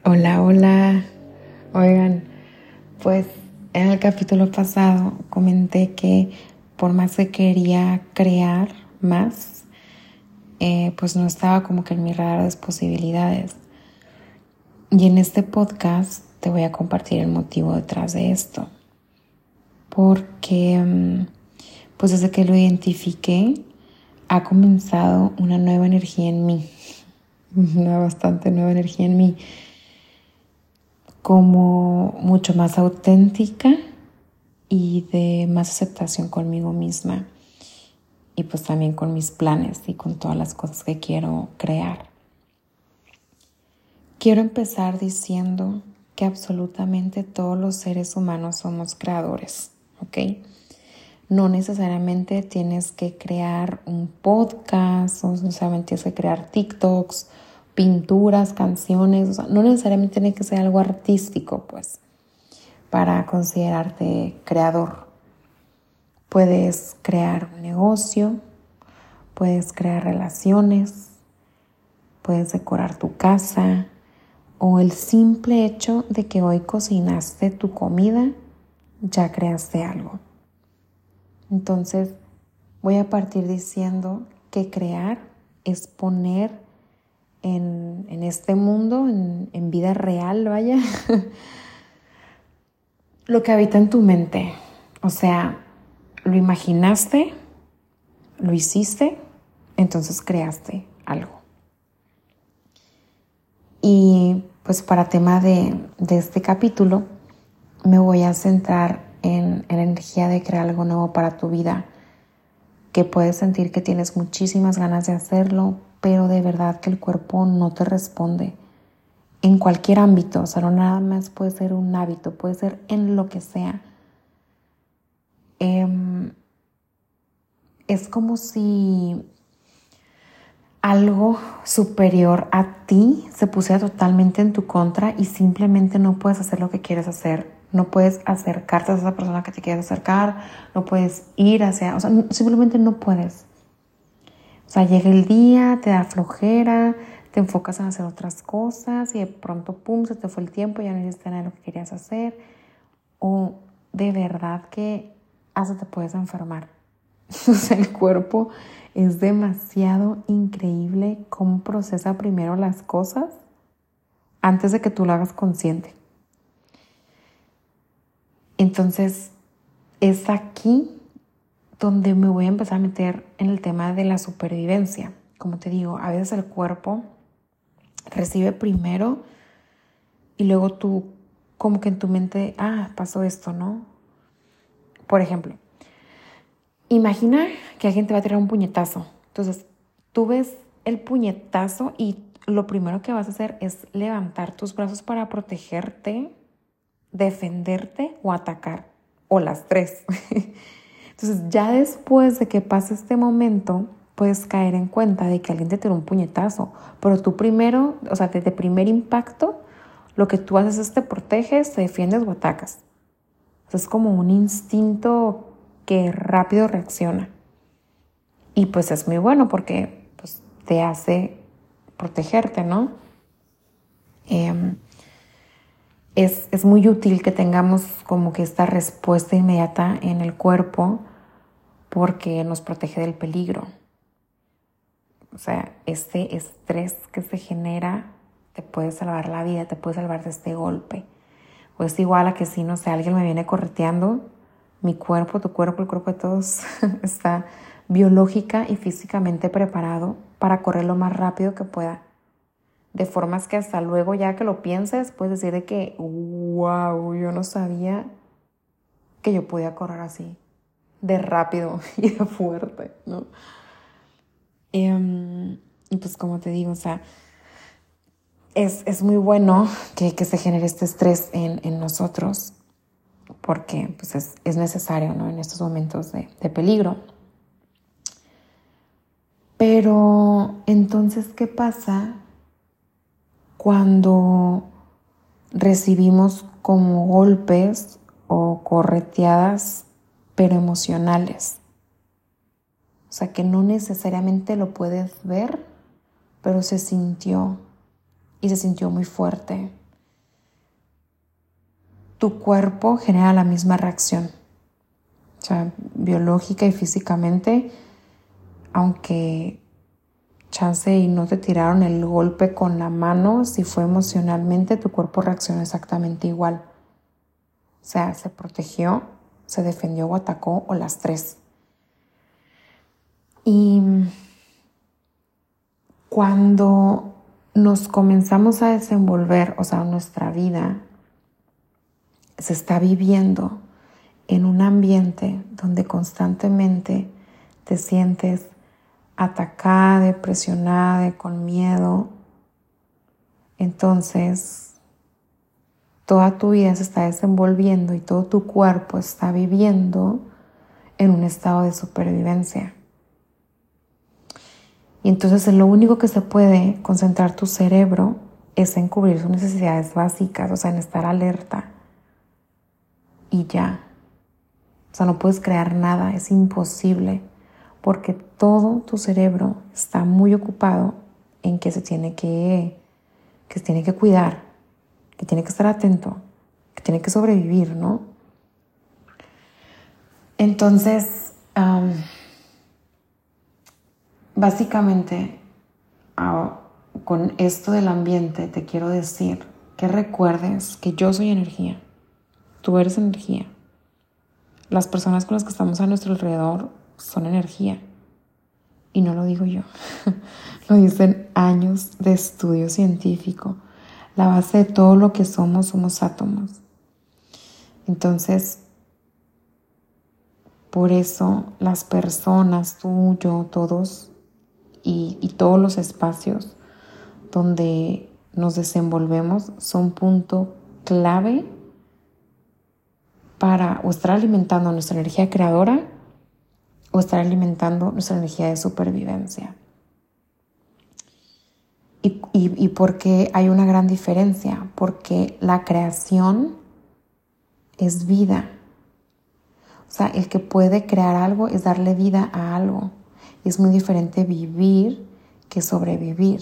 Hola, hola. Oigan, pues en el capítulo pasado comenté que por más que quería crear más, pues no estaba como que en mi radar de posibilidades. Y en este podcast te voy a compartir el motivo detrás de esto. Porque, pues desde que lo identifiqué, ha comenzado una nueva energía en mí. Una bastante nueva energía en mí. Como mucho más auténtica y de más aceptación conmigo misma y pues también con mis planes y con todas las cosas que quiero crear. Quiero empezar diciendo que absolutamente todos los seres humanos somos creadores, ¿ok? No necesariamente tienes que crear un podcast, no necesariamente tienes que crear TikToks, pinturas, canciones, o sea, no necesariamente tiene que ser algo artístico, pues, para considerarte creador. Puedes crear un negocio, puedes crear relaciones, puedes decorar tu casa o el simple hecho de que hoy cocinaste tu comida, ya creaste algo. Entonces, voy a partir diciendo que crear es poner en este mundo, en vida real, vaya, lo que habita en tu mente. O sea, lo imaginaste, lo hiciste, entonces creaste algo. Y pues para tema de este capítulo, me voy a centrar en la energía de crear algo nuevo para tu vida, que puedes sentir que tienes muchísimas ganas de hacerlo, pero de verdad que el cuerpo no te responde. En cualquier ámbito, o sea, no nada más puede ser un hábito, puede ser en lo que sea. Es como si algo superior a ti se pusiera totalmente en tu contra y simplemente no puedes hacer lo que quieres hacer. No puedes acercarte a esa persona que te quieres acercar, no puedes ir hacia, o sea, simplemente no puedes. O sea, llega el día, te da flojera, te enfocas en hacer otras cosas y de pronto, pum, se te fue el tiempo, ya no hiciste nada de lo que querías hacer. O de verdad que hasta te puedes enfermar. O sea, el cuerpo es demasiado increíble cómo procesa primero las cosas antes de que tú lo hagas consciente. Entonces, es aquí donde me voy a empezar a meter en el tema de la supervivencia. Como te digo, a veces el cuerpo recibe primero y luego tú, como que en tu mente, pasó esto, ¿no? Por ejemplo, imagina que alguien te va a tirar un puñetazo. Entonces, tú ves el puñetazo y lo primero que vas a hacer es levantar tus brazos para protegerte, defenderte o atacar. O las tres. Entonces, ya después de que pase este momento, puedes caer en cuenta de que alguien te tiró un puñetazo. Pero tú primero, o sea, desde primer impacto, lo que tú haces es te proteges, te defiendes o atacas. O sea, es como un instinto que rápido reacciona. Y pues es muy bueno porque pues, te hace protegerte, ¿no? Es muy útil que tengamos como que esta respuesta inmediata en el cuerpo porque nos protege del peligro. O sea, este estrés que se genera te puede salvar la vida, te puede salvar de este golpe. O es igual a que si, no sé, alguien me viene correteando, mi cuerpo, tu cuerpo, el cuerpo de todos está biológica y físicamente preparado para correr lo más rápido que pueda. De formas que hasta luego, ya que lo pienses, puedes decir de que, wow, yo no sabía que yo podía correr así, de rápido y de fuerte, ¿no? Y pues como te digo, o sea, es muy bueno que se genere este estrés en nosotros porque pues es necesario, ¿no? En estos momentos de peligro. Pero entonces, ¿qué pasa cuando recibimos como golpes o correteadas, pero emocionales? O sea, que no necesariamente lo puedes ver, pero se sintió y se sintió muy fuerte. tu cuerpo genera la misma reacción. O sea, biológica y físicamente, aunque chance y no te tiraron el golpe con la mano, si fue emocionalmente, tu cuerpo reaccionó exactamente igual. O sea, se protegió, se defendió o atacó, o las tres. Y cuando nos comenzamos a desenvolver, o sea, nuestra vida se está viviendo en un ambiente donde constantemente te sientes atacada, presionada, con miedo, entonces toda tu vida se está desenvolviendo y todo tu cuerpo está viviendo en un estado de supervivencia. Y entonces lo único que se puede concentrar tu cerebro es en cubrir sus necesidades básicas, o sea, en estar alerta. Y ya. O sea, no puedes crear nada, es imposible, porque todo tu cerebro está muy ocupado en que se tiene que cuidar, que tiene que estar atento, que tiene que sobrevivir, ¿no? Entonces, básicamente, con esto del ambiente te quiero decir que recuerdes que yo soy energía, tú eres energía. Las personas con las que estamos a nuestro alrededor son energía. Y no lo digo yo, lo dicen años de estudio científico. La base de todo lo que somos átomos. Entonces, por eso las personas, tú, yo, todos y todos los espacios donde nos desenvolvemos son punto clave para o estar alimentando nuestra energía creadora o estar alimentando nuestra energía de supervivencia. ¿Y por qué hay una gran diferencia? Porque la creación es vida. O sea, el que puede crear algo es darle vida a algo. Y es muy diferente vivir que sobrevivir.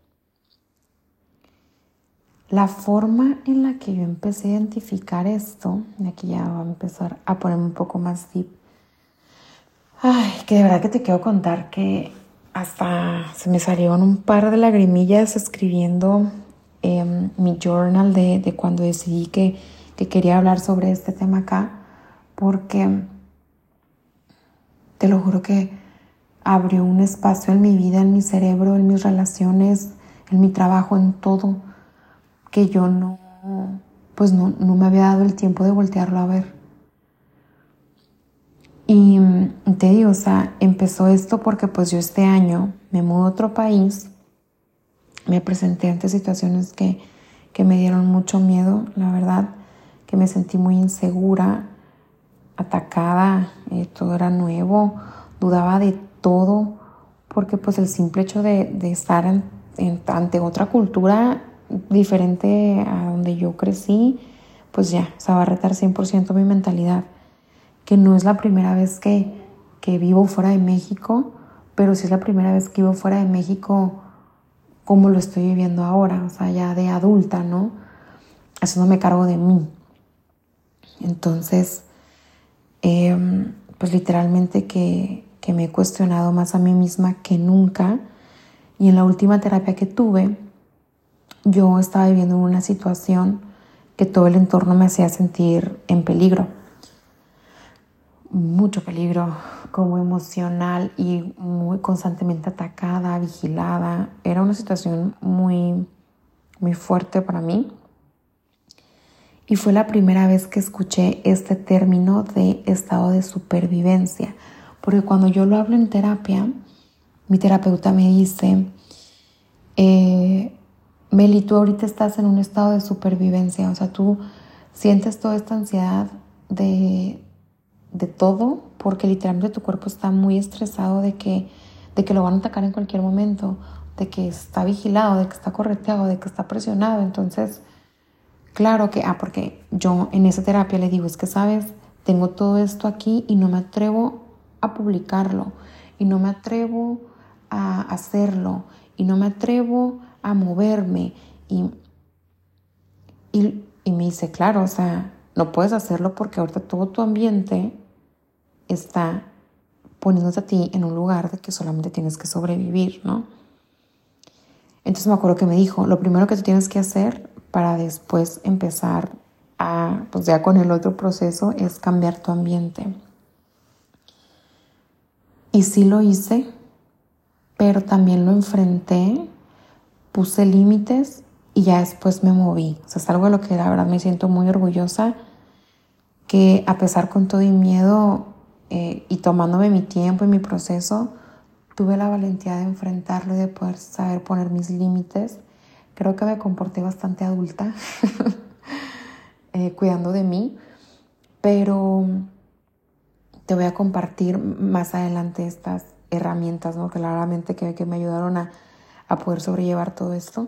La forma en la que yo empecé a identificar esto, y aquí ya va a empezar a ponerme un poco más deep. Ay, que de verdad que te quiero contar que hasta se me salieron un par de lagrimillas escribiendo mi journal de cuando decidí que quería hablar sobre este tema acá, porque te lo juro que abrió un espacio en mi vida, en mi cerebro, en mis relaciones, en mi trabajo, en todo, que yo no me había dado el tiempo de voltearlo a ver. Y te digo, o sea, empezó esto porque pues yo este año me mudé a otro país, me presenté ante situaciones que me dieron mucho miedo, la verdad, que me sentí muy insegura, atacada, todo era nuevo, dudaba de todo, porque pues el simple hecho de estar ante otra cultura diferente a donde yo crecí, pues ya, o sea, va a retar 100% mi mentalidad. Que no es la primera vez que vivo fuera de México, pero sí es la primera vez que vivo fuera de México como lo estoy viviendo ahora, o sea, ya de adulta, ¿no? Haciéndome cargo de mí. Entonces, pues literalmente que me he cuestionado más a mí misma que nunca. Y en la última terapia que tuve, yo estaba viviendo una situación que todo el entorno me hacía sentir en peligro. Mucho peligro, como emocional y muy constantemente atacada, vigilada. Era una situación muy, muy fuerte para mí. Y fue la primera vez que escuché este término de estado de supervivencia. Porque cuando yo lo hablo en terapia, mi terapeuta me dice, Meli, tú ahorita estás en un estado de supervivencia. O sea, tú sientes toda esta ansiedad de todo, porque literalmente tu cuerpo está muy estresado de que lo van a atacar en cualquier momento, de que está vigilado, de que está correteado, de que está presionado. Entonces, claro que, porque yo en esa terapia le digo, es que sabes, tengo todo esto aquí y no me atrevo a publicarlo, y no me atrevo a hacerlo, y no me atrevo a moverme. Y me dice, claro, o sea, no puedes hacerlo porque ahorita todo tu ambiente está poniéndote a ti en un lugar de que solamente tienes que sobrevivir, ¿no? Entonces me acuerdo que me dijo, lo primero que tú tienes que hacer para después empezar a, pues ya con el otro proceso, es cambiar tu ambiente. Y sí lo hice, pero también lo enfrenté, puse límites y ya después me moví. O sea, es algo de lo que la verdad me siento muy orgullosa, que a pesar con todo y miedo y tomándome mi tiempo y mi proceso, tuve la valentía de enfrentarlo y de poder saber poner mis límites. Creo que me comporté bastante adulta, cuidando de mí, pero te voy a compartir más adelante estas herramientas, ¿no? Claramente que me ayudaron a poder sobrellevar todo esto.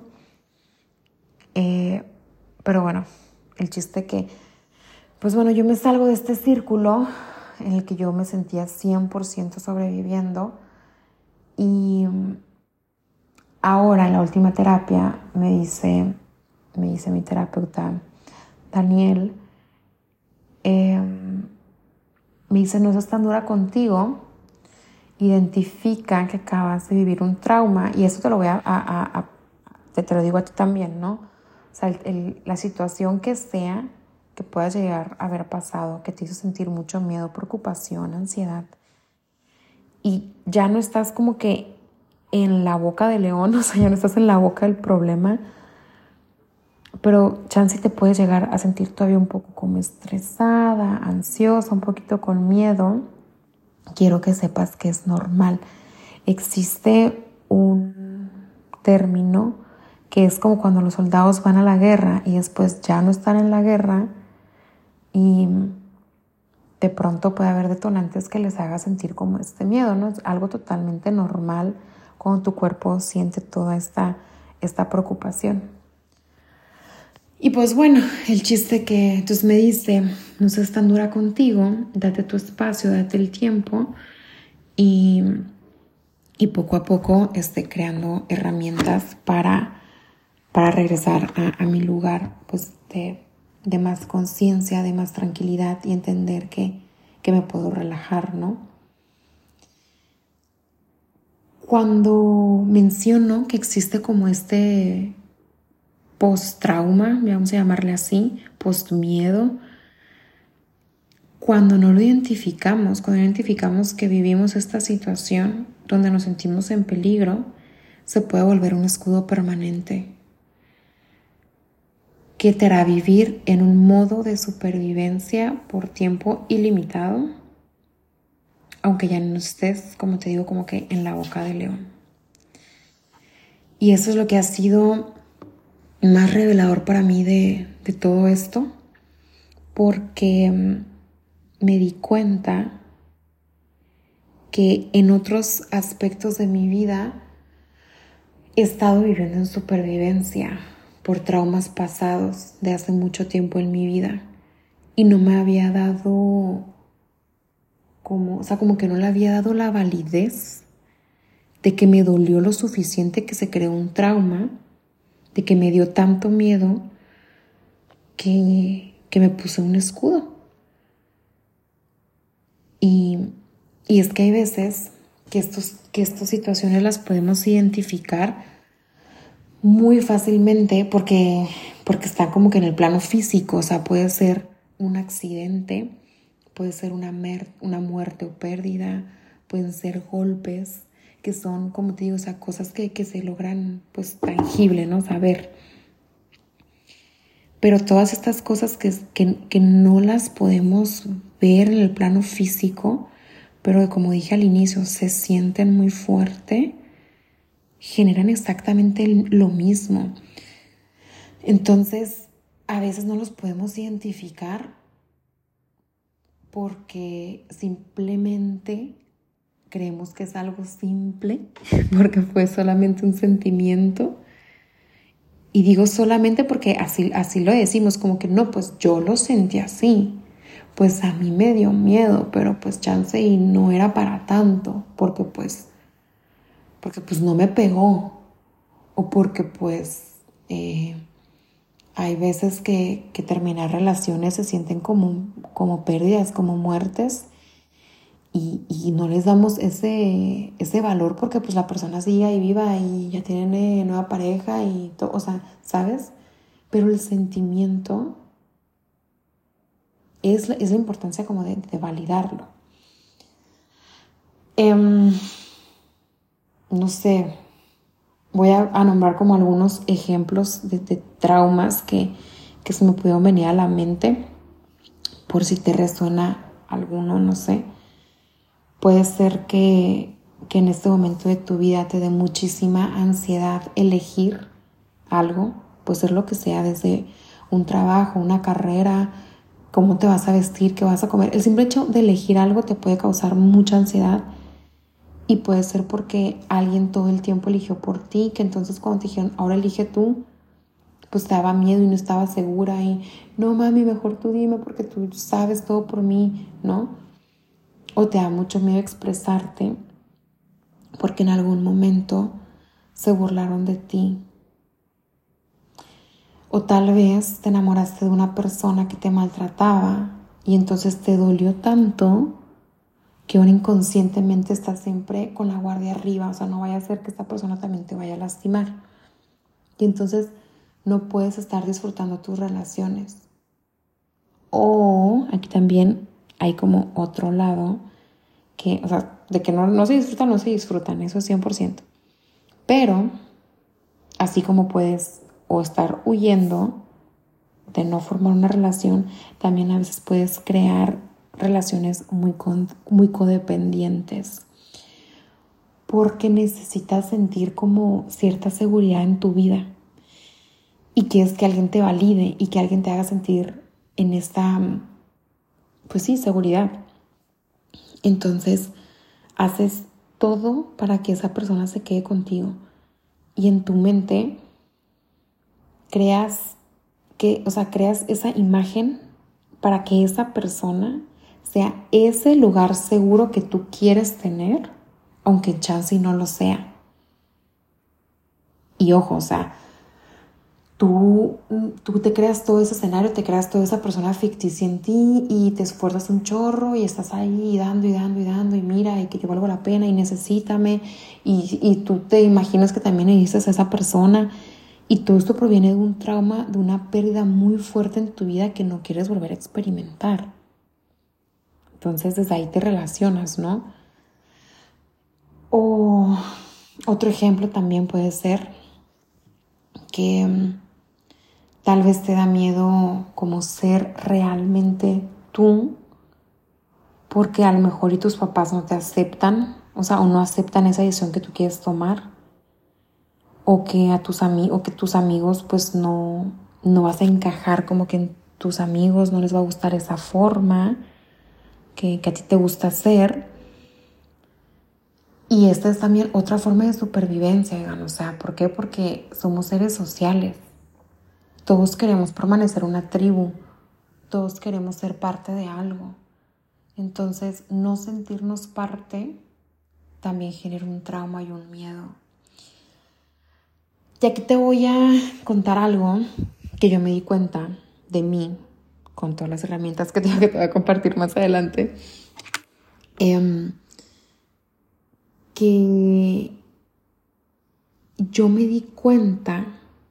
Pero bueno, el chiste que, pues bueno, yo me salgo de este círculo en el que yo me sentía 100% sobreviviendo y ahora en la última terapia me dice mi terapeuta, Daniel, me dice, no seas tan dura contigo, identifica que acabas de vivir un trauma y eso te lo voy te lo digo a ti también, ¿no? O sea, la situación que sea que pueda llegar a haber pasado, que te hizo sentir mucho miedo, preocupación, ansiedad, y ya no estás como que en la boca del león, o sea, ya no estás en la boca del problema, pero chance te puedes llegar a sentir todavía un poco como estresada, ansiosa, un poquito con miedo. Quiero que sepas que es normal. Existe un término que es como cuando los soldados van a la guerra y después ya no están en la guerra y de pronto puede haber detonantes que les haga sentir como este miedo, ¿no? Es algo totalmente normal cuando tu cuerpo siente toda esta preocupación. Y pues bueno, el chiste que entonces me dice, no seas tan dura contigo, date tu espacio, date el tiempo y poco a poco creando herramientas para regresar a mi lugar pues de más conciencia, de más tranquilidad y entender que me puedo relajar, ¿no? Cuando menciono que existe como post-trauma, vamos a llamarle así, post-miedo, cuando no lo identificamos, cuando identificamos que vivimos esta situación donde nos sentimos en peligro, se puede volver un escudo permanente que te hará vivir en un modo de supervivencia por tiempo ilimitado, aunque ya no estés, como te digo, como que en la boca del león. Y eso es lo que ha sido más revelador para mí de todo esto, porque me di cuenta que en otros aspectos de mi vida he estado viviendo en supervivencia por traumas pasados de hace mucho tiempo en mi vida y no me había dado como que no le había dado la validez de que me dolió lo suficiente que se creó un trauma, de que me dio tanto miedo que me puse un escudo. Y es que hay veces que estas situaciones las podemos identificar muy fácilmente porque están como que en el plano físico. O sea, puede ser un accidente, puede ser una muerte o pérdida, pueden ser golpes que son, como te digo, o sea, cosas que se logran pues tangible, ¿no? Saber. Pero todas estas cosas que no las podemos ver en el plano físico, pero que, como dije al inicio, se sienten muy fuerte, generan exactamente lo mismo. Entonces, a veces no los podemos identificar porque simplemente creemos que es algo simple, porque fue solamente un sentimiento. Y digo solamente porque así lo decimos, como que no, pues yo lo sentí así. Pues a mí me dio miedo, pero pues chance y no era para tanto, porque pues no me pegó. O porque pues Hay veces que terminar relaciones se sienten como pérdidas, como muertes, y no les damos ese valor porque pues la persona sigue ahí viva y ya tiene nueva pareja y todo, o sea, ¿sabes? Pero el sentimiento es la importancia como de validarlo. No sé, voy a nombrar como algunos ejemplos de traumas que se me pudieron venir a la mente, por si te resuena alguno, no sé. Puede ser que en este momento de tu vida te dé muchísima ansiedad elegir algo, puede ser lo que sea, desde un trabajo, una carrera, cómo te vas a vestir, qué vas a comer. El simple hecho de elegir algo te puede causar mucha ansiedad. Y puede ser porque alguien todo el tiempo eligió por ti, que entonces cuando te dijeron, ahora elige tú, pues te daba miedo y no estaba segura y no mami, mejor tú dime porque tú sabes todo por mí, ¿no? O te da mucho miedo expresarte porque en algún momento se burlaron de ti. O tal vez te enamoraste de una persona que te maltrataba y entonces te dolió tanto que uno inconscientemente está siempre con la guardia arriba, o sea, no vaya a ser que esta persona también te vaya a lastimar. Y entonces no puedes estar disfrutando tus relaciones. O aquí también hay como otro lado que, o sea, de que no se disfrutan, eso es 100%. Pero, así como puedes o estar huyendo de no formar una relación, también a veces puedes crear relaciones muy codependientes porque necesitas sentir como cierta seguridad en tu vida y quieres que alguien te valide y que alguien te haga sentir en esta, pues sí, seguridad. Entonces haces todo para que esa persona se quede contigo y en tu mente creas esa imagen para que esa persona sea ese lugar seguro que tú quieres tener, aunque chance no lo sea. Y ojo, o sea, tú te creas todo ese escenario, te creas toda esa persona ficticia en ti y te esfuerzas un chorro y estás ahí dando y mira, y que yo valgo la pena y necesítame y tú te imaginas que también necesitas a esa persona. Y todo esto proviene de un trauma, de una pérdida muy fuerte en tu vida que no quieres volver a experimentar. Entonces desde ahí te relacionas, ¿no? O otro ejemplo también puede ser que tal vez te da miedo como ser realmente tú, porque a lo mejor y tus papás no te aceptan, o sea, o no aceptan esa decisión que tú quieres tomar. O que tus amigos pues no vas a encajar, como que en tus amigos no les va a gustar esa forma que a ti te gusta hacer. Y esta es también otra forma de supervivencia, digan, o sea, ¿por qué? Porque somos seres sociales. Todos queremos permanecer una tribu, todos queremos ser parte de algo. Entonces, no sentirnos parte también genera un trauma y un miedo. Y aquí te voy a contar algo que yo me di cuenta de mí, con todas las herramientas que te voy a compartir más adelante, que yo me di cuenta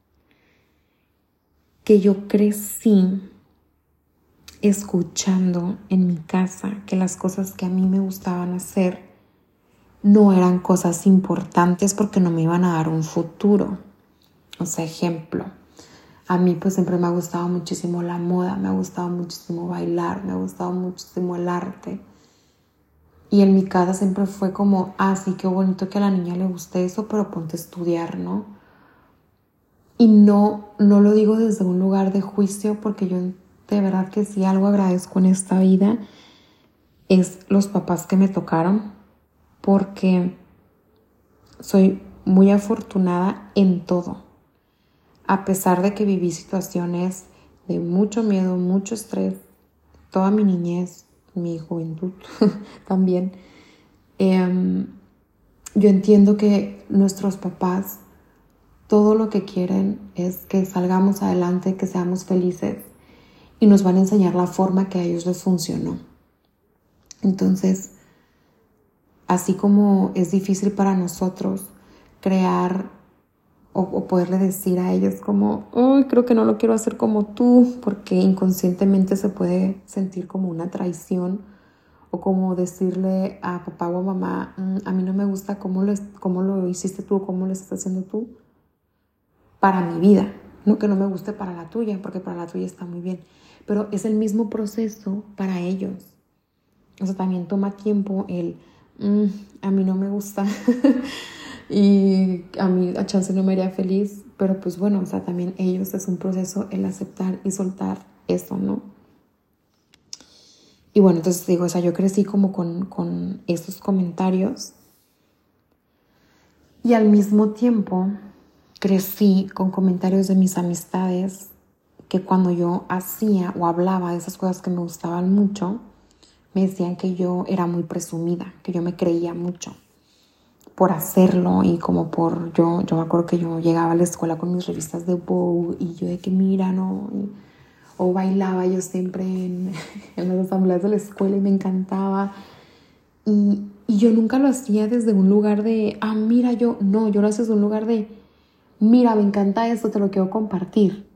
que yo crecí escuchando en mi casa que las cosas que a mí me gustaban hacer no eran cosas importantes porque no me iban a dar un futuro. O sea, ejemplo, a mí pues siempre me ha gustado muchísimo la moda, me ha gustado muchísimo bailar, me ha gustado muchísimo el arte. Y en mi casa siempre fue como, sí, qué bonito que a la niña le guste eso, pero ponte a estudiar, ¿no? Y no lo digo desde un lugar de juicio, porque yo de verdad que si algo agradezco en esta vida es los papás que me tocaron, porque soy muy afortunada en todo. A pesar de que viví situaciones de mucho miedo, mucho estrés, toda mi niñez, mi juventud también, yo entiendo que nuestros papás todo lo que quieren es que salgamos adelante, que seamos felices y nos van a enseñar la forma que a ellos les funcionó. Entonces, así como es difícil para nosotros crear o poderle decir a ellos como, oh, creo que no lo quiero hacer como tú, porque inconscientemente se puede sentir como una traición, o como decirle a papá o a mamá, a mí no me gusta cómo lo hiciste tú, cómo lo estás haciendo tú para mi vida, no que no me guste para la tuya, porque para la tuya está muy bien, pero es el mismo proceso para ellos. O sea, también toma tiempo a mí no me gusta y a mí a chance no me haría feliz, pero pues bueno, o sea, también ellos es un proceso el aceptar y soltar eso, ¿no? Y bueno, entonces digo, o sea, yo crecí como con estos comentarios y al mismo tiempo crecí con comentarios de mis amistades que cuando yo hacía o hablaba de esas cosas que me gustaban mucho, me decían que yo era muy presumida, que yo me creía mucho por hacerlo y como yo me acuerdo que yo llegaba a la escuela con mis revistas de Vogue y yo de que mira, ¿no? O bailaba yo siempre en las asambleas de la escuela y me encantaba. Y yo nunca lo hacía desde un lugar de, mira, yo lo hacía desde un lugar de, mira, me encanta esto, te lo quiero compartir.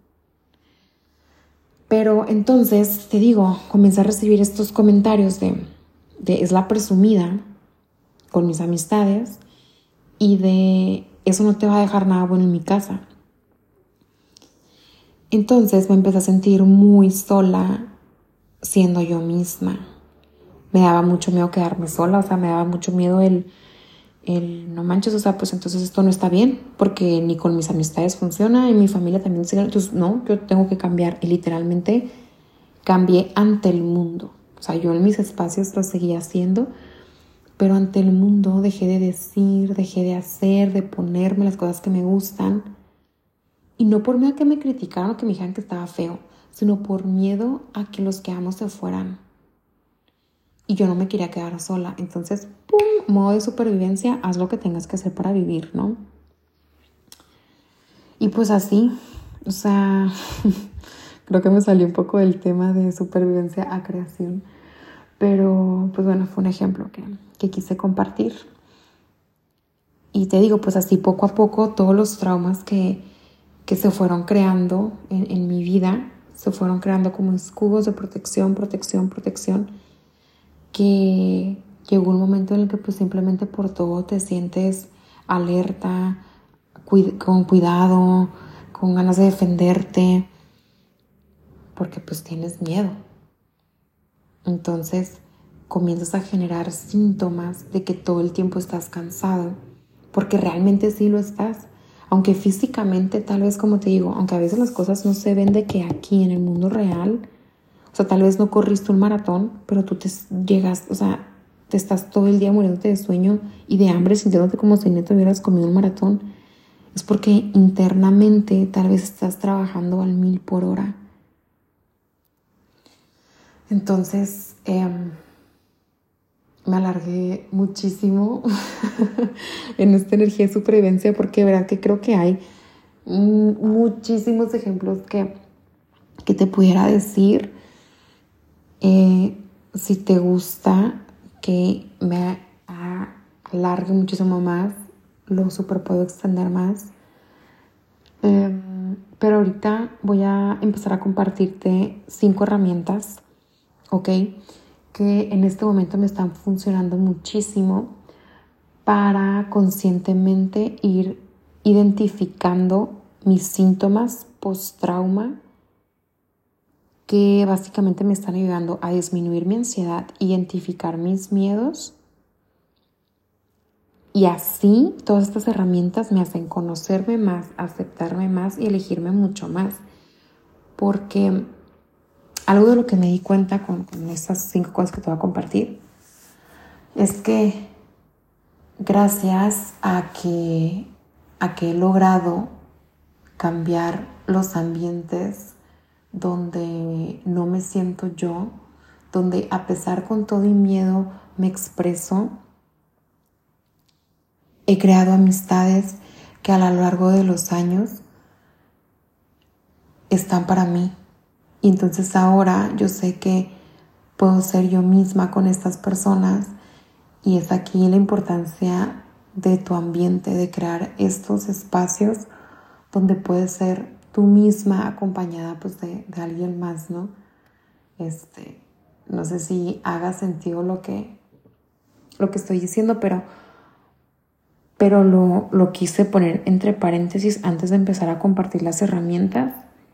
Pero entonces, te digo, comencé a recibir estos comentarios de es la presumida con mis amistades y de eso no te va a dejar nada bueno en mi casa. Entonces me empecé a sentir muy sola siendo yo misma. Me daba mucho miedo quedarme sola, o sea, me daba mucho miedo el no manches, o sea, pues entonces esto no está bien, porque ni con mis amistades funciona y mi familia también sigue. Entonces, no, yo tengo que cambiar. Y literalmente cambié ante el mundo. O sea, yo en mis espacios lo seguía haciendo, pero ante el mundo dejé de decir, dejé de hacer, de ponerme las cosas que me gustan. Y no por miedo a que me criticaran o que me dijeran que estaba feo, sino por miedo a que los que amo se fueran. Y yo no me quería quedar sola. Entonces, ¡pum! Modo de supervivencia, haz lo que tengas que hacer para vivir, ¿no? Y pues así, o sea, creo que me salió un poco del tema de supervivencia a creación. Pero, pues bueno, fue un ejemplo que quise compartir. Y te digo, pues así poco a poco todos los traumas que se fueron creando en mi vida, se fueron creando como escudos de protección, que llegó un momento en el que pues simplemente por todo te sientes alerta, con cuidado, con ganas de defenderte, porque pues tienes miedo. Entonces comienzas a generar síntomas de que todo el tiempo estás cansado, porque realmente sí lo estás. Aunque físicamente, tal vez, como te digo, aunque a veces las cosas no se ven de que aquí en el mundo real, o sea, tal vez no corriste un maratón, pero tú te estás todo el día muriéndote de sueño y de hambre, sintiéndote como si no te hubieras comido un maratón. Es porque internamente tal vez estás trabajando al 1000 por hora. Entonces, me alargué muchísimo en esta energía de supervivencia porque de verdad que creo que hay muchísimos ejemplos que te pudiera decir. Si te gusta que me alargue muchísimo más, lo super puedo extender más. Pero ahorita voy a empezar a compartirte 5 herramientas, ¿ok? Que en este momento me están funcionando muchísimo para conscientemente ir identificando mis síntomas post-trauma, que básicamente me están ayudando a disminuir mi ansiedad, identificar mis miedos. Y así todas estas herramientas me hacen conocerme más, aceptarme más y elegirme mucho más. Porque algo de lo que me di cuenta con estas 5 cosas que te voy a compartir es que gracias a que he logrado cambiar los ambientes donde no me siento yo, donde a pesar con todo y miedo me expreso, he creado amistades, que a lo largo de los años están para mí. Y entonces ahora yo sé que puedo ser yo misma con estas personas, y es aquí la importancia de tu ambiente, de crear estos espacios donde puedes ser tú misma acompañada pues de alguien más, ¿no? No sé si haga sentido lo que estoy diciendo, pero lo quise poner entre paréntesis antes de empezar a compartir las herramientas,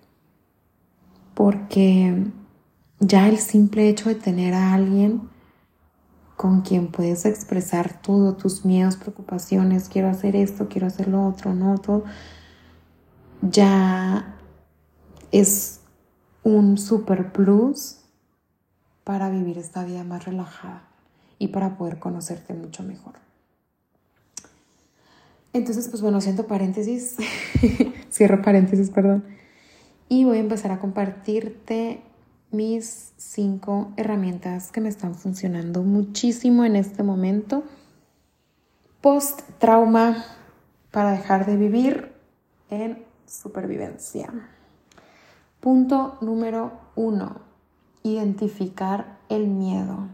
porque ya el simple hecho de tener a alguien con quien puedes expresar todo, tus miedos, preocupaciones, quiero hacer esto, quiero hacer lo otro, no, todo, ya es un super plus para vivir esta vida más relajada y para poder conocerte mucho mejor. Entonces, pues bueno, cierro paréntesis, perdón, y voy a empezar a compartirte mis 5 herramientas que me están funcionando muchísimo en este momento. Post-trauma para dejar de vivir en supervivencia. Punto número 1, identificar el miedo.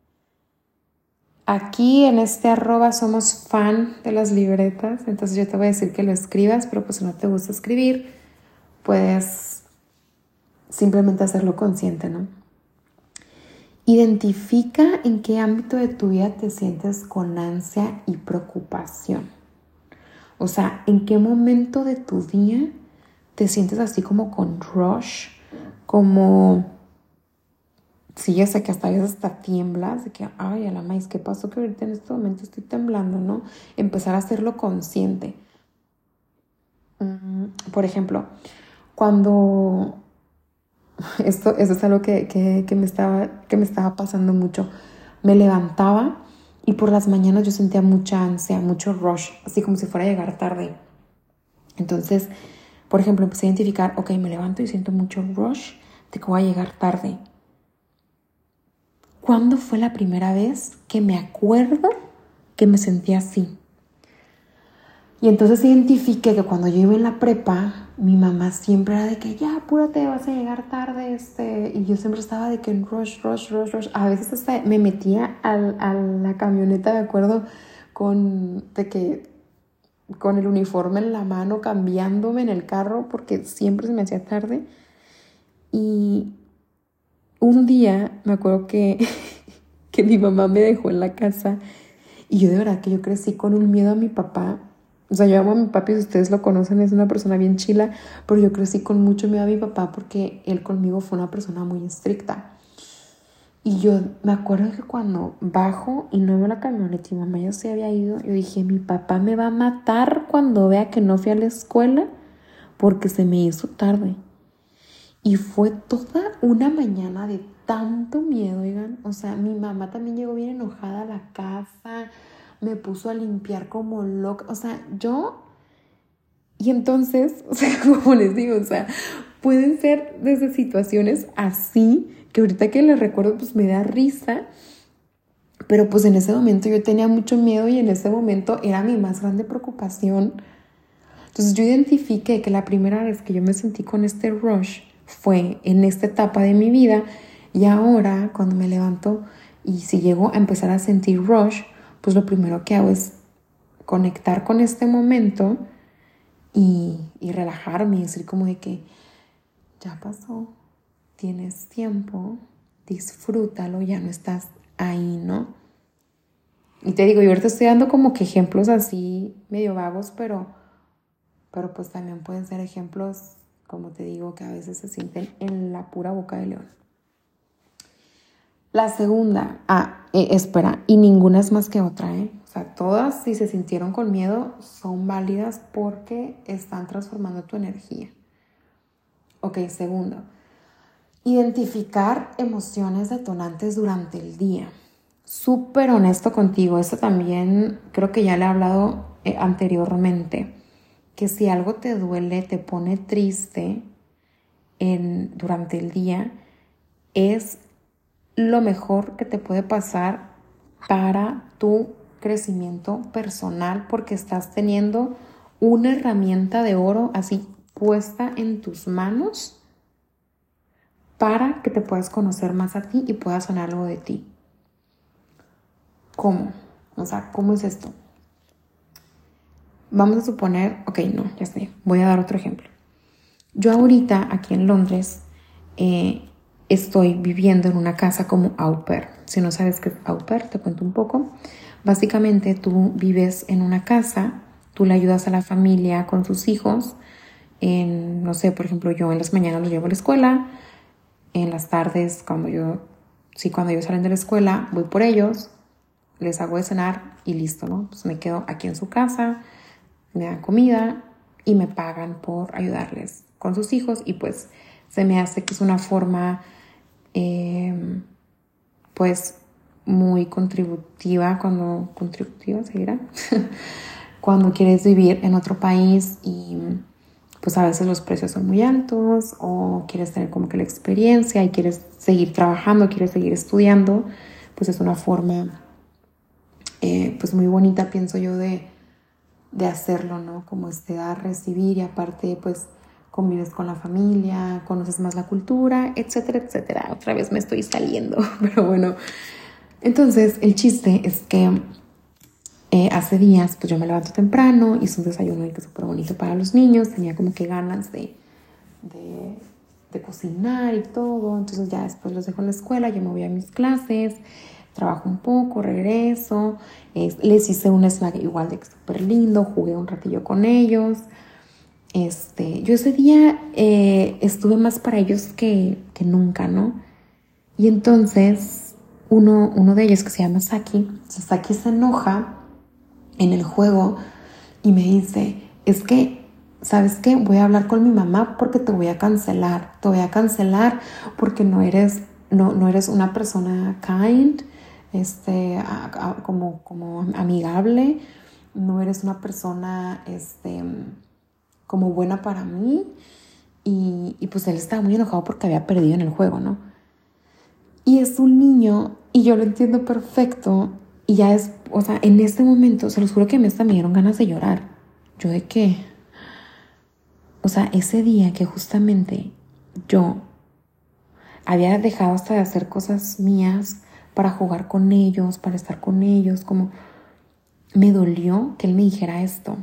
Aquí en este @ somos fan de las libretas, entonces yo te voy a decir que lo escribas, pero pues si no te gusta escribir, puedes simplemente hacerlo consciente, ¿no? Identifica en qué ámbito de tu vida te sientes con ansia y preocupación. O sea, en qué momento de tu día te sientes así como con rush, como... Sí, ya sé que hasta a veces hasta tiemblas, de que, ay, a la maíz, ¿qué pasó? Que ahorita en este momento estoy temblando, ¿no? Empezar a hacerlo consciente. Por ejemplo, cuando... Esto es algo que me estaba pasando mucho. Me levantaba y por las mañanas yo sentía mucha ansia, mucho rush, así como si fuera a llegar tarde. Entonces, por ejemplo, empecé a identificar, ok, me levanto y siento mucho rush de que voy a llegar tarde. ¿Cuándo fue la primera vez que me acuerdo que me sentía así? Y entonces identifiqué que cuando yo iba en la prepa, mi mamá siempre era de que ya, apúrate, vas a llegar tarde, y yo siempre estaba de que en rush. A veces hasta me metía a la camioneta, de acuerdo, con el uniforme en la mano, cambiándome en el carro, porque siempre se me hacía tarde. Y un día me acuerdo que mi mamá me dejó en la casa, y yo de verdad que yo crecí con un miedo a mi papá. O sea, yo amo a mi papi, si ustedes lo conocen, es una persona bien chila, pero yo crecí con mucho miedo a mi papá porque él conmigo fue una persona muy estricta. Y yo me acuerdo que cuando bajo y no veo la camioneta y mi mamá ya se había ido, yo dije, mi papá me va a matar cuando vea que no fui a la escuela porque se me hizo tarde. Y fue toda una mañana de tanto miedo, oigan. O sea, mi mamá también llegó bien enojada a la casa, me puso a limpiar como loca. O sea, y entonces, o sea, como les digo, o sea, pueden ser desde situaciones así, que ahorita que les recuerdo, pues me da risa. Pero pues en ese momento yo tenía mucho miedo y en ese momento era mi más grande preocupación. Entonces yo identifiqué que la primera vez que yo me sentí con este rush fue en esta etapa de mi vida, y ahora cuando me levanto y si llego a empezar a sentir rush, pues lo primero que hago es conectar con este momento y relajarme y decir como de que ya pasó, tienes tiempo, disfrútalo, ya no estás ahí, ¿no? Y te digo, yo ahorita estoy dando como que ejemplos así medio vagos, pero pues también pueden ser ejemplos, como te digo, que a veces se sienten en la pura boca de león. La segunda, espera, y ninguna es más que otra, ¿eh? O sea, todas, si se sintieron con miedo, son válidas porque están transformando tu energía. Ok, segundo, identificar emociones detonantes durante el día. Súper honesto contigo, esto también creo que ya le he hablado anteriormente, que si algo te duele, te pone triste durante el día, es lo mejor que te puede pasar para tu crecimiento personal, porque estás teniendo una herramienta de oro así puesta en tus manos para que te puedas conocer más a ti y puedas sanar algo de ti. ¿Cómo? O sea, ¿cómo es esto? Vamos a suponer, ya sé, voy a dar otro ejemplo. Yo ahorita aquí en Londres estoy viviendo en una casa como au pair. Si no sabes qué es au pair, te cuento un poco. Básicamente tú vives en una casa, tú le ayudas a la familia con sus hijos. No sé, por ejemplo, yo en las mañanas los llevo a la escuela. En las tardes, cuando ellos salen de la escuela, voy por ellos, les hago de cenar y listo, ¿no? Pues me quedo aquí en su casa, me dan comida y me pagan por ayudarles con sus hijos y pues se me hace que es una forma pues muy contributiva ¿se dirá? Cuando quieres vivir en otro país y pues a veces los precios son muy altos o quieres tener como que la experiencia y quieres seguir trabajando, quieres seguir estudiando, pues es una forma pues muy bonita, pienso yo, de hacerlo, ¿no? Como dar, recibir y aparte pues convives con la familia, conoces más la cultura, etcétera, etcétera. Otra vez me estoy saliendo, pero bueno. Entonces el chiste es que hace días pues yo me levanto temprano, hice un desayuno que es súper bonito para los niños, tenía como que ganas de cocinar y todo, entonces ya después los dejo en la escuela, yo me voy a mis clases, trabajo un poco, regreso, les hice un snack igual de súper lindo, jugué un ratillo con ellos. Yo ese día estuve más para ellos que nunca, ¿no? Y entonces uno de ellos que se llama Saki se enoja en el juego y me dice, es que, ¿sabes qué? Voy a hablar con mi mamá porque te voy a cancelar porque no eres una persona kind, como amigable, no eres una persona, como buena para mí y pues él estaba muy enojado porque había perdido en el juego, ¿no? Y es un niño y yo lo entiendo perfecto y ya es, o sea, en este momento, se los juro que a mí hasta me dieron ganas de llorar. ¿Yo de qué? O sea, ese día que justamente yo había dejado hasta de hacer cosas mías para jugar con ellos, para estar con ellos, como me dolió que él me dijera esto.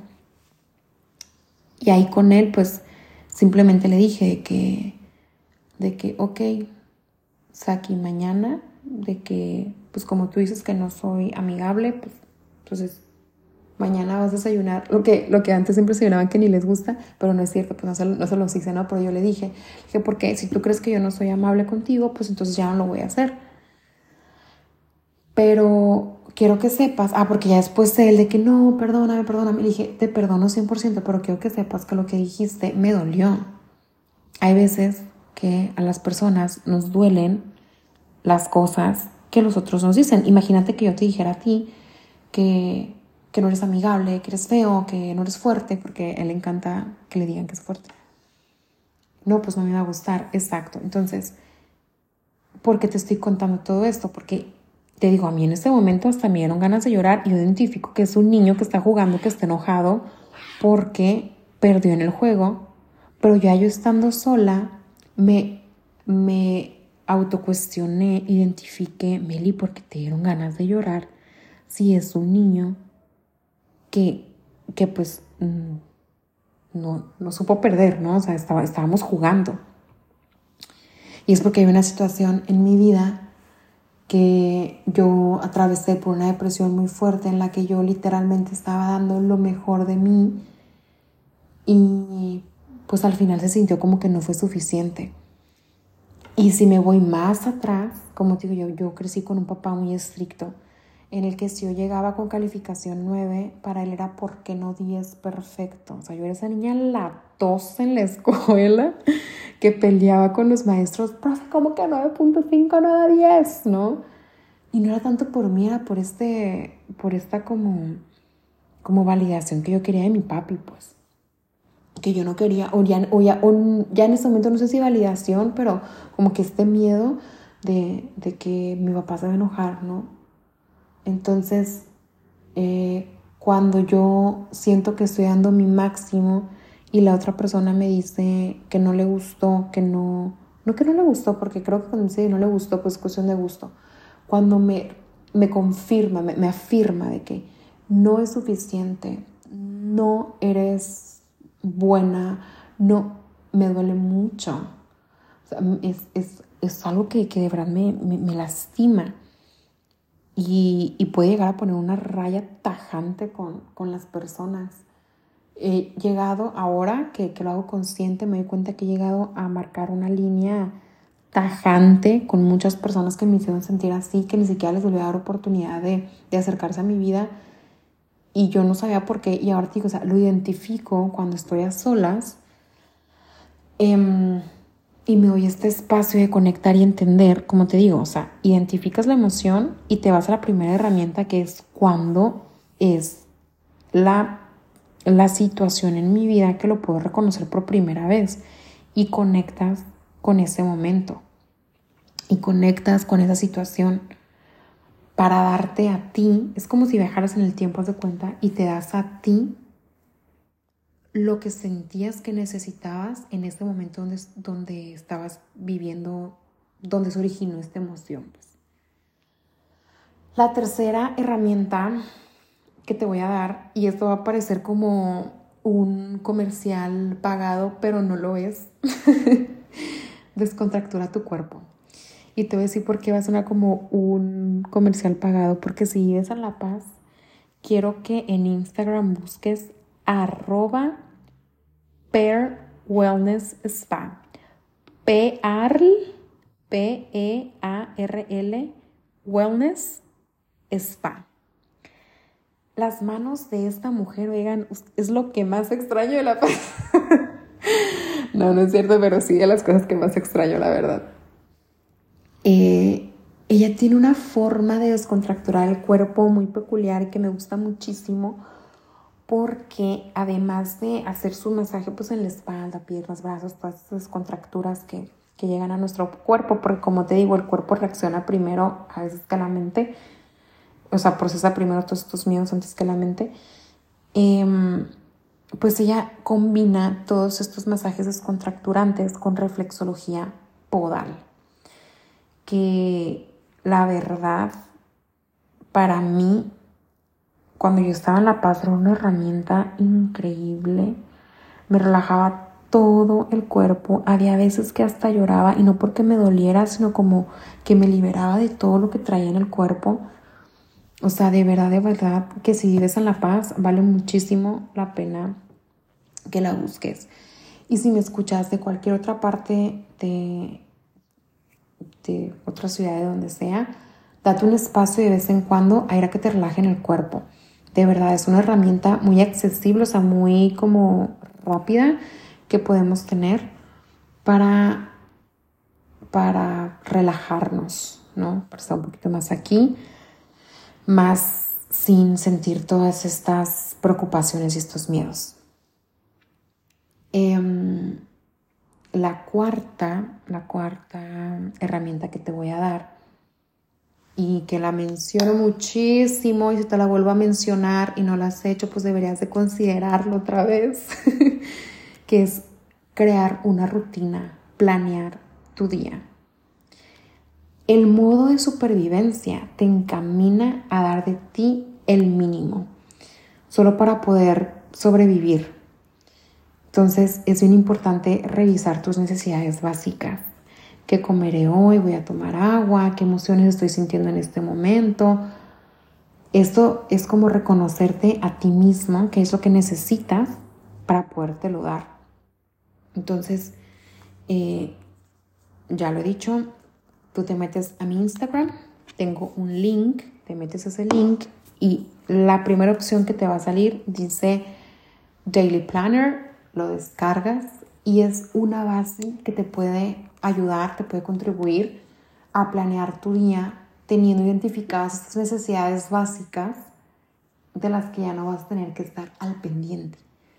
Y ahí con él, pues, simplemente le dije de que ok, Saki, mañana, de que, pues como tú dices que no soy amigable, pues, entonces, mañana vas a desayunar lo que antes siempre desayunaban que ni les gusta, pero no es cierto, pues no se los hice, ¿no? Pero yo le dije, porque si tú crees que yo no soy amable contigo, pues entonces ya no lo voy a hacer. Pero quiero que sepas, porque ya después él de que no, perdóname, le dije, te perdono 100%, pero quiero que sepas que lo que dijiste me dolió. Hay veces que a las personas nos duelen las cosas que los otros nos dicen. Imagínate que yo te dijera a ti que no eres amigable, que eres feo, que no eres fuerte, porque a él le encanta que le digan que es fuerte. No, pues no me va a gustar, exacto. Entonces, ¿por qué te estoy contando todo esto? Porque te digo, a mí en este momento hasta me dieron ganas de llorar y yo identifico que es un niño que está jugando, que está enojado porque perdió en el juego, pero ya yo estando sola me autocuestioné, identifiqué, Meli, ¿por qué te dieron ganas de llorar? Si es un niño que pues no supo perder, ¿no? O sea, estábamos jugando. Y es porque hay una situación en mi vida que yo atravesé por una depresión muy fuerte en la que yo literalmente estaba dando lo mejor de mí y pues al final se sintió como que no fue suficiente. Y si me voy más atrás, como te digo, yo crecí con un papá muy estricto en el que si yo llegaba con calificación 9, para él era ¿por qué no 10 perfecto? O sea, yo era esa niña latosa en la escuela que peleaba con los maestros, profe, ¿cómo que 9.5 no da 10? ¿No? Y no era tanto por mí, era por esta como validación que yo quería de mi papi, pues. Que yo no quería, o ya en este momento no sé si validación, pero como que este miedo de que mi papá se va a enojar, ¿no? Entonces, cuando yo siento que estoy dando mi máximo y la otra persona me dice que no le gustó, no que no le gustó, porque creo que cuando dice que no le gustó, pues es cuestión de gusto. Cuando me confirma, me afirma de que no es suficiente, no eres buena, no, me duele mucho. O sea, es algo que de verdad me lastima y puede llegar a poner una raya tajante con las personas. He llegado, ahora que lo hago consciente, me doy cuenta que he llegado a marcar una línea tajante con muchas personas que me hicieron sentir así, que ni siquiera les volví a dar oportunidad de acercarse a mi vida y yo no sabía por qué. Y ahora te digo, o sea, lo identifico cuando estoy a solas y me doy este espacio de conectar y entender, como te digo, o sea, identificas la emoción y te vas a la primera herramienta, que es cuando es la situación en mi vida que lo puedo reconocer por primera vez y conectas con ese momento y conectas con esa situación para darte a ti. Es como si viajaras en el tiempo, haz de cuenta, y te das a ti lo que sentías que necesitabas en ese momento donde estabas viviendo, donde se originó esta emoción, pues. La tercera herramienta que te voy a dar, y esto va a parecer como un comercial pagado, pero no lo es. Descontractura tu cuerpo. Y te voy a decir por qué va a sonar como un comercial pagado, porque si vives en La Paz, quiero que en Instagram busques @Pearl Wellness Spa. Pearl Wellness Spa. Las manos de esta mujer, oigan, es lo que más extraño de La Paz. No es cierto, pero sí de las cosas que más extraño, la verdad. Ella tiene una forma de descontracturar el cuerpo muy peculiar que me gusta muchísimo, porque además de hacer su masaje pues en la espalda, piernas, brazos, todas esas contracturas que llegan a nuestro cuerpo, porque como te digo, el cuerpo reacciona primero a veces que la mente, o sea, procesa primero todos estos miedos antes que la mente. Pues ella combina todos estos masajes descontracturantes con reflexología podal, que la verdad, para mí, cuando yo estaba en La Paz, era una herramienta increíble. Me relajaba todo el cuerpo. Había veces que hasta lloraba, y no porque me doliera, sino como que me liberaba de todo lo que traía en el cuerpo. O sea, de verdad, que si vives en La Paz, vale muchísimo la pena que la busques. Y si me escuchas de cualquier otra parte de otra ciudad, de donde sea, date un espacio de vez en cuando a ir a que te relajen el cuerpo. De verdad, es una herramienta muy accesible, o sea, muy como rápida, que podemos tener para relajarnos, ¿no? Para estar un poquito más aquí, más sin sentir todas estas preocupaciones y estos miedos. La cuarta herramienta que te voy a dar, y que la menciono muchísimo, y si te la vuelvo a mencionar y no la has hecho, pues deberías de considerarlo otra vez, que es crear una rutina, planear tu día. El modo de supervivencia te encamina a dar de ti el mínimo, solo para poder sobrevivir. Entonces es bien importante revisar tus necesidades básicas. ¿Qué comeré hoy? ¿Voy a tomar agua? ¿Qué emociones estoy sintiendo en este momento? Esto es como reconocerte a ti mismo, qué es lo que necesitas para podértelo dar. Entonces, ya lo he dicho, tú te metes a mi Instagram, tengo un link, te metes a ese link y la primera opción que te va a salir dice Daily Planner, lo descargas y es una base que te puede ayudar, te puede contribuir a planear tu día teniendo identificadas estas necesidades básicas de las que ya no vas a tener que estar al pendiente.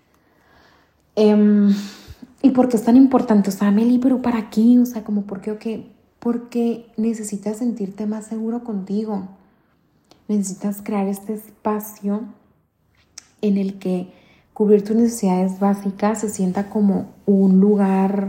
¿Y por qué es tan importante? O sea, Meli, ¿pero para qué? O sea, como ¿por qué o qué? Porque necesitas sentirte más seguro contigo. Necesitas crear este espacio en el que cubrir tus necesidades básicas se sienta como un lugar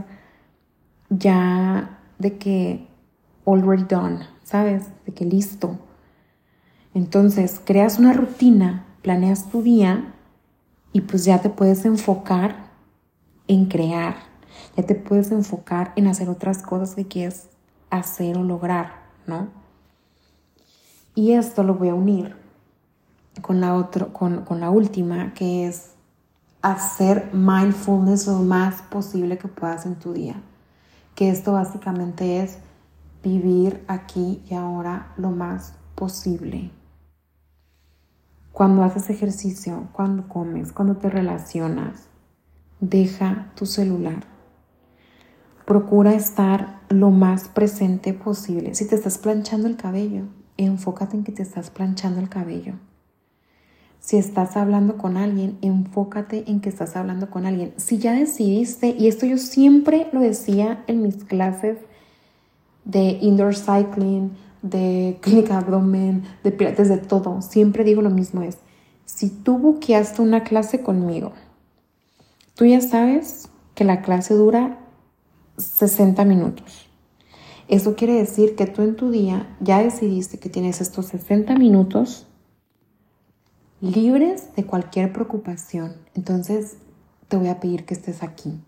ya de que already done, ¿sabes? De que listo. Entonces, creas una rutina, planeas tu día y pues ya te puedes enfocar en crear. Ya te puedes enfocar en hacer otras cosas que quieres hacer o lograr, ¿no? Y esto lo voy a unir con la última, que es hacer mindfulness lo más posible que puedas en tu día. Que esto básicamente es vivir aquí y ahora lo más posible. Cuando haces ejercicio, cuando comes, cuando te relacionas, deja tu celular. Procura estar lo más presente posible. Si te estás planchando el cabello, enfócate en que te estás planchando el cabello. Si estás hablando con alguien, enfócate en que estás hablando con alguien. Si ya decidiste, y esto yo siempre lo decía en mis clases de indoor cycling, de clínica abdomen, de pilates, de todo, siempre digo lo mismo es, si tú buqueaste una clase conmigo, tú ya sabes que la clase dura 60 minutos. Eso quiere decir que tú en tu día ya decidiste que tienes estos 60 minutos libres de cualquier preocupación. Entonces te voy a pedir que estés aquí.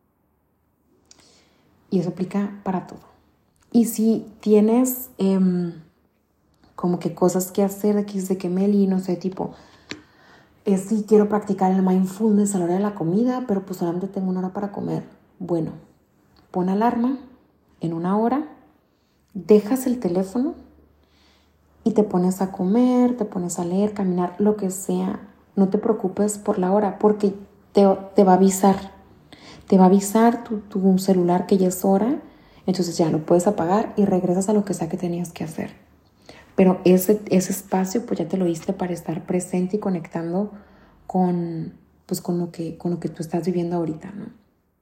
Y eso aplica para todo. Y si tienes como que cosas que hacer aquí de que Meli, no sé, tipo, sí quiero practicar el mindfulness a la hora de la comida, pero pues solamente tengo una hora para comer. Bueno, pon alarma en una hora, dejas el teléfono y te pones a comer, te pones a leer, caminar, lo que sea. No te preocupes por la hora porque te va a avisar. Te va a avisar tu celular que ya es hora. Entonces ya lo puedes apagar y regresas a lo que sea que tenías que hacer. Pero ese espacio pues ya te lo diste para estar presente y conectando con lo que tú estás viviendo ahorita, ¿no?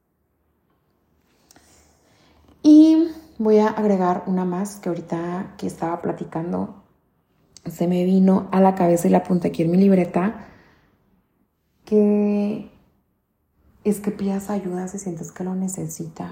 Y voy a agregar una más que ahorita que estaba platicando se me vino a la cabeza y la apunté aquí en mi libreta, que es que pidas ayuda si sientes que lo necesitas.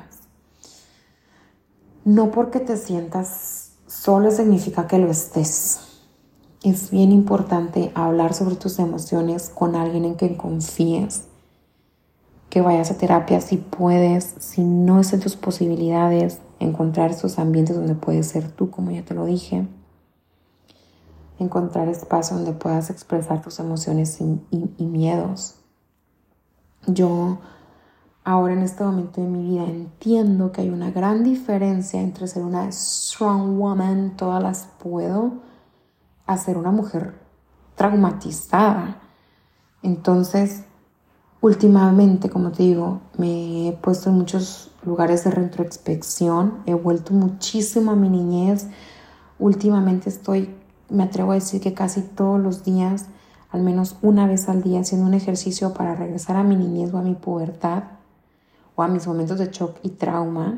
No porque te sientas solo significa que lo estés. Es bien importante hablar sobre tus emociones con alguien en quien confíes. Que vayas a terapia si puedes, si no es en tus posibilidades, encontrar esos ambientes donde puedes ser tú, como ya te lo dije. Encontrar espacio donde puedas expresar tus emociones y miedos. Yo ahora en este momento de mi vida entiendo que hay una gran diferencia entre ser una strong woman, todas las puedo, a ser una mujer traumatizada. Entonces, últimamente, como te digo, me he puesto en muchos lugares de retrospección, he vuelto muchísimo a mi niñez. Últimamente me atrevo a decir que casi todos los días, al menos una vez al día, haciendo un ejercicio para regresar a mi niñez o a mi pubertad o a mis momentos de shock y trauma,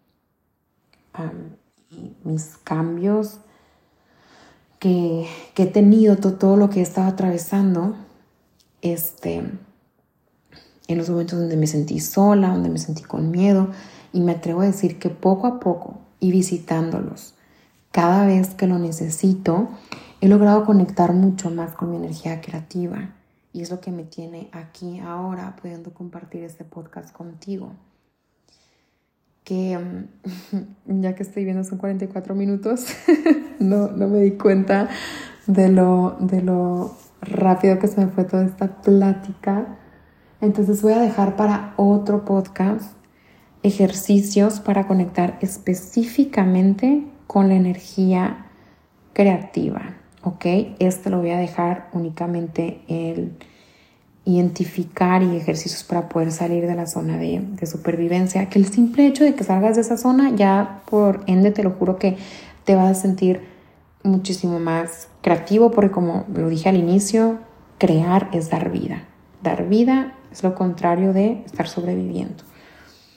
y mis cambios que he tenido, todo lo que he estado atravesando, en los momentos donde me sentí sola, donde me sentí con miedo, y me atrevo a decir que poco a poco y visitándolos, cada vez que lo necesito, he logrado conectar mucho más con mi energía creativa. Y es lo que me tiene aquí ahora pudiendo compartir este podcast contigo. Que ya que estoy viendo son 44 minutos, no me di cuenta de lo rápido que se me fue toda esta plática. Entonces voy a dejar para otro podcast ejercicios para conectar específicamente con la energía creativa, ¿ok? Lo voy a dejar únicamente el identificar y ejercicios para poder salir de la zona de supervivencia, que el simple hecho de que salgas de esa zona ya por ende te lo juro que te vas a sentir muchísimo más creativo, porque como lo dije al inicio, crear es dar vida. Dar vida es lo contrario de estar sobreviviendo.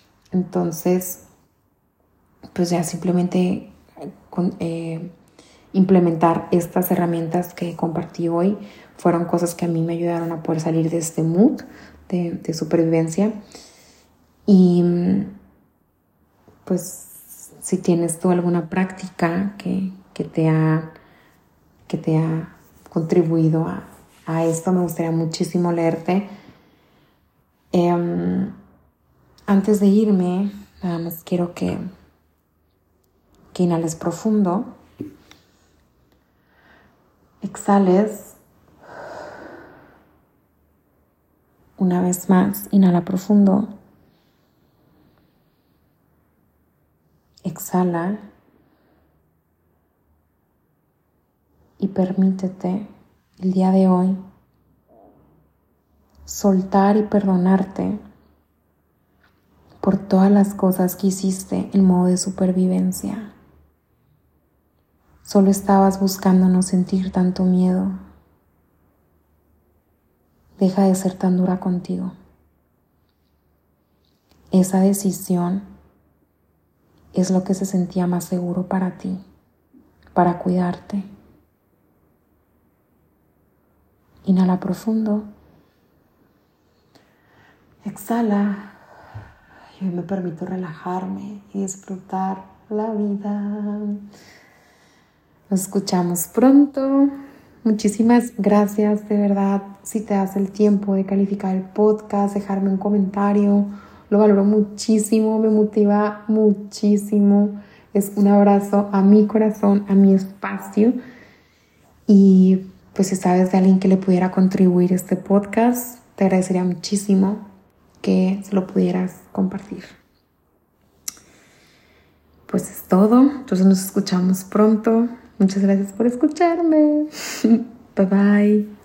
Entonces, pues ya simplemente implementar estas herramientas que compartí hoy. Fueron cosas que a mí me ayudaron a poder salir de este mood de supervivencia. Y pues si tienes tú alguna práctica que te ha contribuido a esto, me gustaría muchísimo leerte. Antes de irme, nada más quiero que inhales profundo, exhales. Una vez más, inhala profundo, exhala y permítete el día de hoy soltar y perdonarte por todas las cosas que hiciste en modo de supervivencia. Solo estabas buscando no sentir tanto miedo. Deja de ser tan dura contigo. Esa decisión es lo que se sentía más seguro para ti, para cuidarte. Inhala profundo. Exhala. Y hoy me permito relajarme y disfrutar la vida. Nos escuchamos pronto. Muchísimas gracias, de verdad. Si te das el tiempo de calificar el podcast, dejarme un comentario, lo valoro muchísimo, me motiva muchísimo. Es un abrazo a mi corazón, a mi espacio. Y pues si sabes de alguien que le pudiera contribuir este podcast, te agradecería muchísimo que se lo pudieras compartir. Pues es todo. Entonces nos escuchamos pronto. Muchas gracias por escucharme. Bye bye.